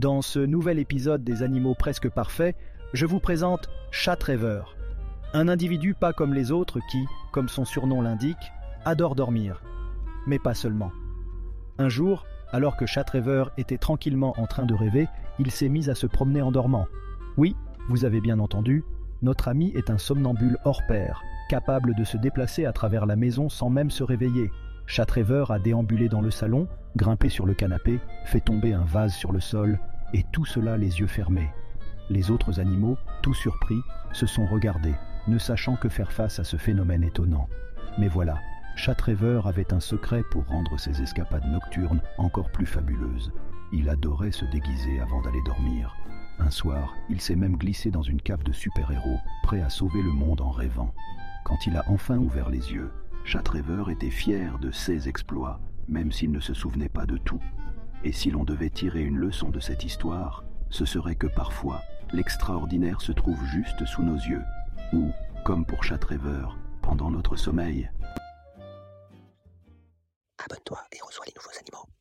Dans ce nouvel épisode des Animaux presque parfaits, je vous présente Chat Rêveur, un individu pas comme les autres qui, comme son surnom l'indique, adore dormir. Mais pas seulement. Un jour, alors que Chat Rêveur était tranquillement en train de rêver, il s'est mis à se promener en dormant. Oui, vous avez bien entendu, notre ami est un somnambule hors pair, capable de se déplacer à travers la maison sans même se réveiller. Chat Rêveur a déambulé dans le salon, grimpé sur le canapé, fait tomber un vase sur le sol, et tout cela les yeux fermés. Les autres animaux, tout surpris, se sont regardés, ne sachant que faire face à ce phénomène étonnant. Mais voilà, Chat Rêveur avait un secret pour rendre ses escapades nocturnes encore plus fabuleuses. Il adorait se déguiser avant d'aller dormir. Un soir, il s'est même glissé dans une cape de super-héros, prêt à sauver le monde en rêvant. Quand il a enfin ouvert les yeux, Chat Rêveur était fier de ses exploits, même s'il ne se souvenait pas de tout. Et si l'on devait tirer une leçon de cette histoire, ce serait que parfois, l'extraordinaire se trouve juste sous nos yeux, ou, comme pour Chat Rêveur, pendant notre sommeil. Abonne-toi et reçois les nouveaux animaux.